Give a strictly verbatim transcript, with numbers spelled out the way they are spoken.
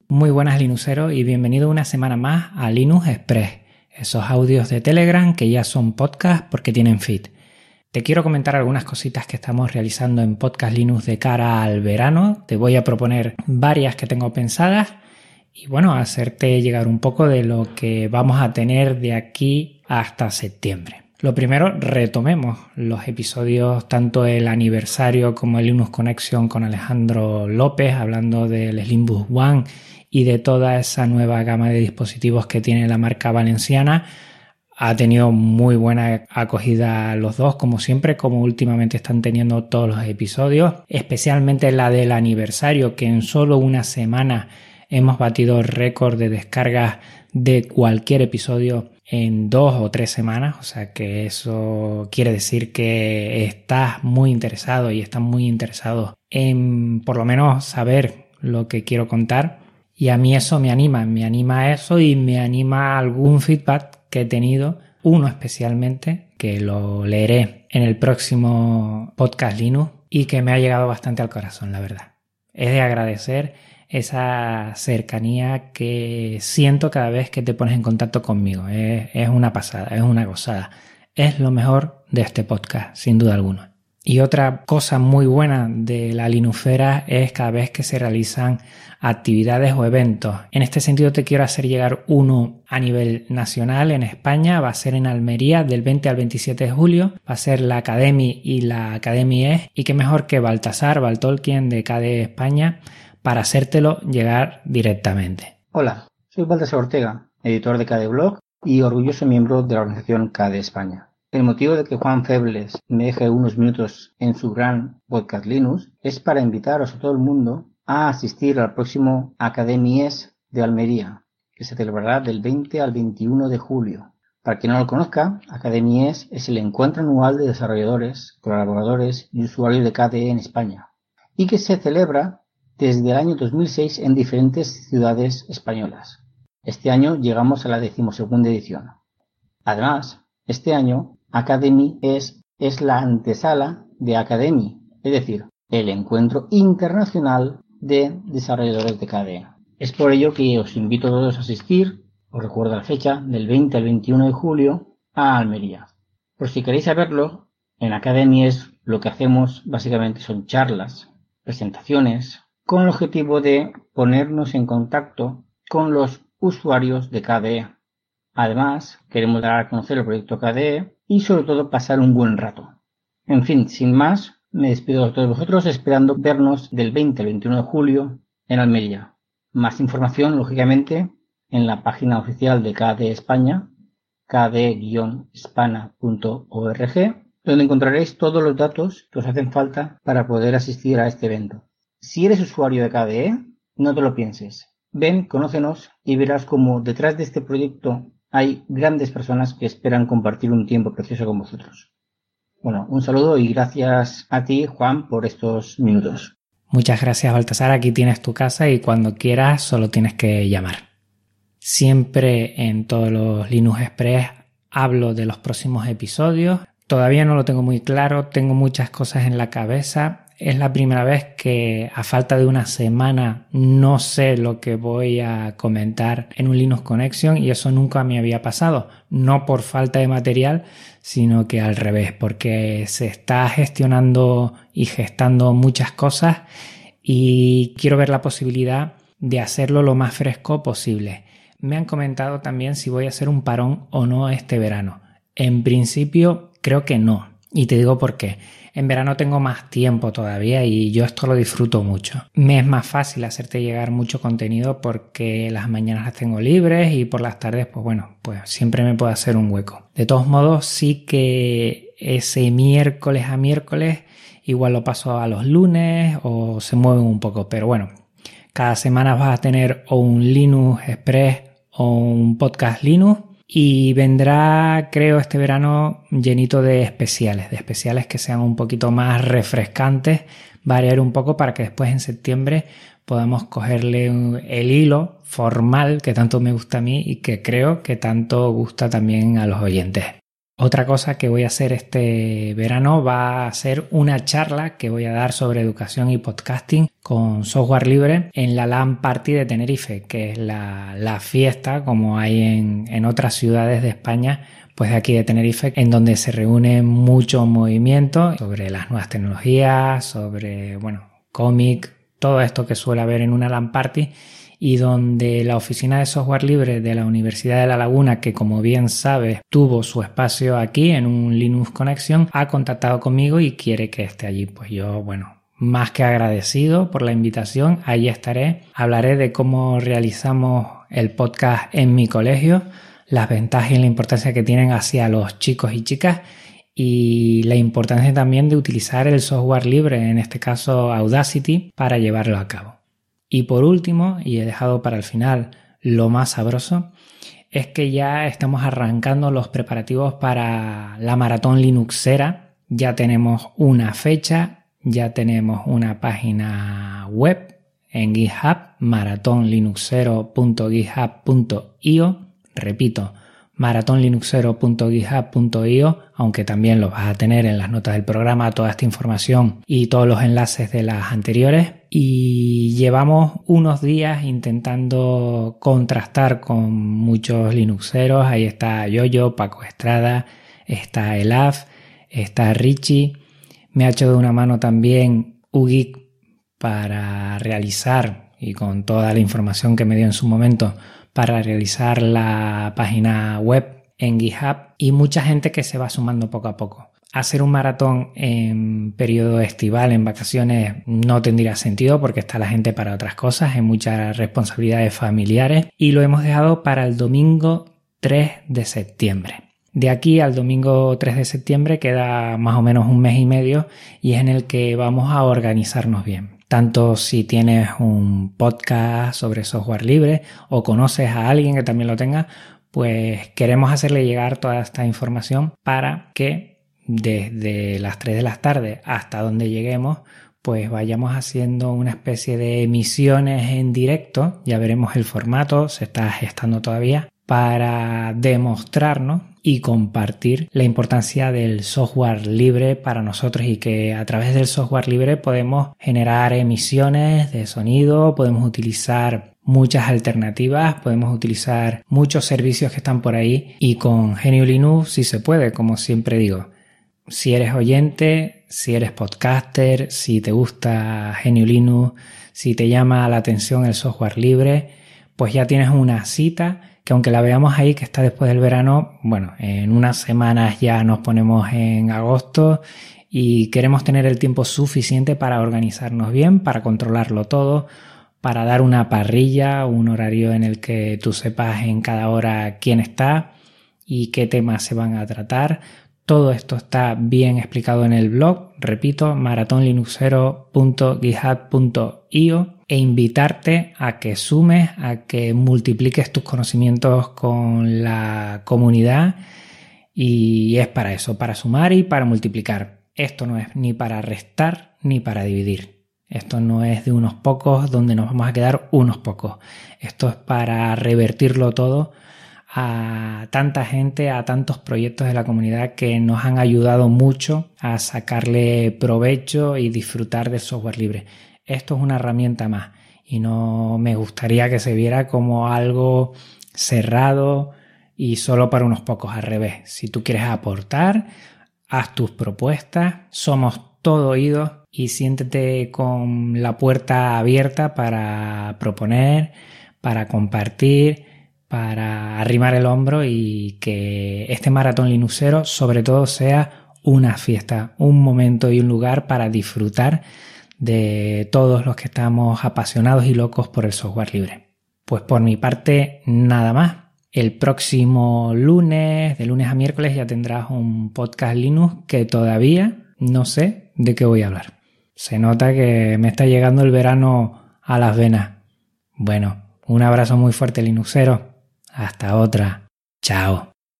Muy buenas Linuxeros y bienvenido una semana más a Linux Express, esos audios de Telegram que ya son podcast porque tienen feed. Te quiero comentar algunas cositas que estamos realizando en Podcast Linux de cara al verano. Te voy a proponer varias que tengo pensadas y bueno, hacerte llegar un poco de lo que vamos a tener de aquí hasta septiembre. Lo primero, retomemos los episodios, tanto el aniversario como el Linux Connection con Alejandro López, hablando del Slimbus One y de toda esa nueva gama de dispositivos que tiene la marca valenciana. Ha tenido muy buena acogida los dos, como siempre, como últimamente están teniendo todos los episodios, especialmente la del aniversario, que en solo una semana hemos batido récord de descargas de cualquier episodio en dos o tres semanas, o sea que eso quiere decir que estás muy interesado y están muy interesados en por lo menos saber lo que quiero contar, y a mí eso me anima, me anima eso y me anima algún feedback que he tenido, uno especialmente que lo leeré en el próximo Podcast Linux y que me ha llegado bastante al corazón, la verdad. Es de agradecer esa cercanía que siento cada vez que te pones en contacto conmigo. Es, es una pasada, es una gozada. Es lo mejor de este podcast, sin duda alguna. Y otra cosa muy buena de la Linuxfera es cada vez que se realizan actividades o eventos. En este sentido te quiero hacer llegar uno a nivel nacional en España. Va a ser en Almería del veinte al veintisiete de julio. Va a ser la Academy y la Academy E. Y qué mejor que Baltasar Baltolkien de K D E España para hacértelo llegar directamente. Hola, soy Baltasar Ortega, editor de K D E Blog y orgulloso miembro de la organización K D E España. El motivo de que Juan Febles me deje unos minutos en su gran podcast Linux es para invitaros a todo el mundo a asistir al próximo Academy E S de Almería, que se celebrará del veinte al veintiuno de julio. Para quien no lo conozca, Academy E S es el encuentro anual de desarrolladores, colaboradores y usuarios de K D E en España, y que se celebra desde el año dos mil seis en diferentes ciudades españolas. Este año llegamos a la decimosegunda edición. Además, este año Academy E S es la antesala de Academy, es decir, el encuentro internacional de desarrolladores de K D E. Es por ello que os invito a todos a asistir, os recuerdo la fecha, del veinte al veintiuno de julio a Almería. Por si queréis saberlo, en Academy E S lo que hacemos básicamente son charlas, presentaciones, con el objetivo de ponernos en contacto con los usuarios de K D E. Además, queremos dar a conocer el proyecto K D E y sobre todo pasar un buen rato. En fin, sin más, me despido de todos vosotros esperando vernos del veinte al veintiuno de julio en Almería. Más información, lógicamente, en la página oficial de K D E España, k d e guion hispana punto org, donde encontraréis todos los datos que os hacen falta para poder asistir a este evento. Si eres usuario de K D E, no te lo pienses. Ven, conócenos y verás cómo detrás de este proyecto hay grandes personas que esperan compartir un tiempo precioso con vosotros. Bueno, un saludo y gracias a ti, Juan, por estos minutos. Muchas gracias, Baltasar. Aquí tienes tu casa y cuando quieras solo tienes que llamar. Siempre en todos los Linux Express hablo de los próximos episodios. Todavía no lo tengo muy claro, tengo muchas cosas en la cabeza. Es la primera vez que a falta de una semana no sé lo que voy a comentar en un Linux Connection y eso nunca me había pasado. No por falta de material, sino que al revés, porque se está gestionando y gestando muchas cosas y quiero ver la posibilidad de hacerlo lo más fresco posible. Me han comentado también si voy a hacer un parón o no este verano. En principio creo que no. Y te digo por qué. En verano tengo más tiempo todavía y yo esto lo disfruto mucho. Me es más fácil hacerte llegar mucho contenido porque las mañanas las tengo libres y por las tardes, pues bueno, pues siempre me puedo hacer un hueco. De todos modos, sí que ese miércoles a miércoles igual lo paso a los lunes o se mueven un poco. Pero bueno, cada semana vas a tener o un Linux Express o un podcast Linux. Y vendrá, creo, este verano llenito de especiales, de especiales que sean un poquito más refrescantes, variar un poco para que después en septiembre podamos cogerle el hilo formal que tanto me gusta a mí y que creo que tanto gusta también a los oyentes. Otra cosa que voy a hacer este verano va a ser una charla que voy a dar sobre educación y podcasting con software libre en la LAN Party de Tenerife, que es la, la fiesta como hay en, en otras ciudades de España, pues de aquí de Tenerife, en donde se reúne mucho movimiento sobre las nuevas tecnologías, sobre, bueno, cómic, todo esto que suele haber en una LAN Party, y donde la oficina de software libre de la Universidad de La Laguna, que como bien sabes tuvo su espacio aquí en un Linux Connection, ha contactado conmigo y quiere que esté allí. Pues yo, bueno, más que agradecido por la invitación, allí estaré. Hablaré de cómo realizamos el podcast en mi colegio, las ventajas y la importancia que tienen hacia los chicos y chicas, y la importancia también de utilizar el software libre, en este caso Audacity, para llevarlo a cabo. Y por último, y he dejado para el final lo más sabroso, es que ya estamos arrancando los preparativos para la maratón Linuxera. Ya tenemos una fecha, ya tenemos una página web en GitHub, maraton linuxero punto github punto io. Repito, maraton linuxero punto github punto io, aunque también lo vas a tener en las notas del programa, toda esta información y todos los enlaces de las anteriores. Y llevamos unos días intentando contrastar con muchos linuxeros. Ahí está Yoyo, Paco Estrada, está Elaf, está Richie. Me ha hecho de una mano también Ugeek para realizar, y con toda la información que me dio en su momento, para realizar la página web en GitHub, y mucha gente que se va sumando poco a poco. Hacer un maratón en periodo estival, en vacaciones, no tendría sentido porque está la gente para otras cosas, hay muchas responsabilidades familiares, y lo hemos dejado para el domingo tres de septiembre. De aquí al domingo tres de septiembre queda más o menos un mes y medio, y es en el que vamos a organizarnos bien. Tanto si tienes un podcast sobre software libre o conoces a alguien que también lo tenga, pues queremos hacerle llegar toda esta información para que desde las tres de la tarde hasta donde lleguemos, pues vayamos haciendo una especie de emisiones en directo. Ya veremos el formato, se está gestando todavía, para demostrarnos y compartir la importancia del software libre para nosotros, y que a través del software libre podemos generar emisiones de sonido, podemos utilizar muchas alternativas, podemos utilizar muchos servicios que están por ahí, y con G N U Linux sí se puede, como siempre digo. Si eres oyente, si eres podcaster, si te gusta G N U Linux, si te llama la atención el software libre, pues ya tienes una cita que, aunque la veamos ahí que está después del verano, bueno, en unas semanas ya nos ponemos en agosto y queremos tener el tiempo suficiente para organizarnos bien, para controlarlo todo, para dar una parrilla, un horario en el que tú sepas en cada hora quién está y qué temas se van a tratar. Todo esto está bien explicado en el blog, repito, maraton linuxero punto github punto io, e invitarte a que sumes, a que multipliques tus conocimientos con la comunidad, y es para eso, para sumar y para multiplicar. Esto no es ni para restar ni para dividir. Esto no es de unos pocos donde nos vamos a quedar unos pocos. Esto es para revertirlo todo a tanta gente, a tantos proyectos de la comunidad que nos han ayudado mucho a sacarle provecho y disfrutar del software libre. Esto es una herramienta más, y no me gustaría que se viera como algo cerrado y solo para unos pocos. Al revés, si tú quieres aportar, haz tus propuestas, somos todo oídos, y siéntete con la puerta abierta para proponer, para compartir, para arrimar el hombro, y que este maratón linuxero sobre todo sea una fiesta, un momento y un lugar para disfrutar de todos los que estamos apasionados y locos por el software libre. Pues por mi parte nada más. El próximo lunes, de lunes a miércoles, ya tendrás un podcast Linux que todavía no sé de qué voy a hablar. Se nota que me está llegando el verano a las venas. Bueno, un abrazo muy fuerte, linuxero. Hasta otra. Chao.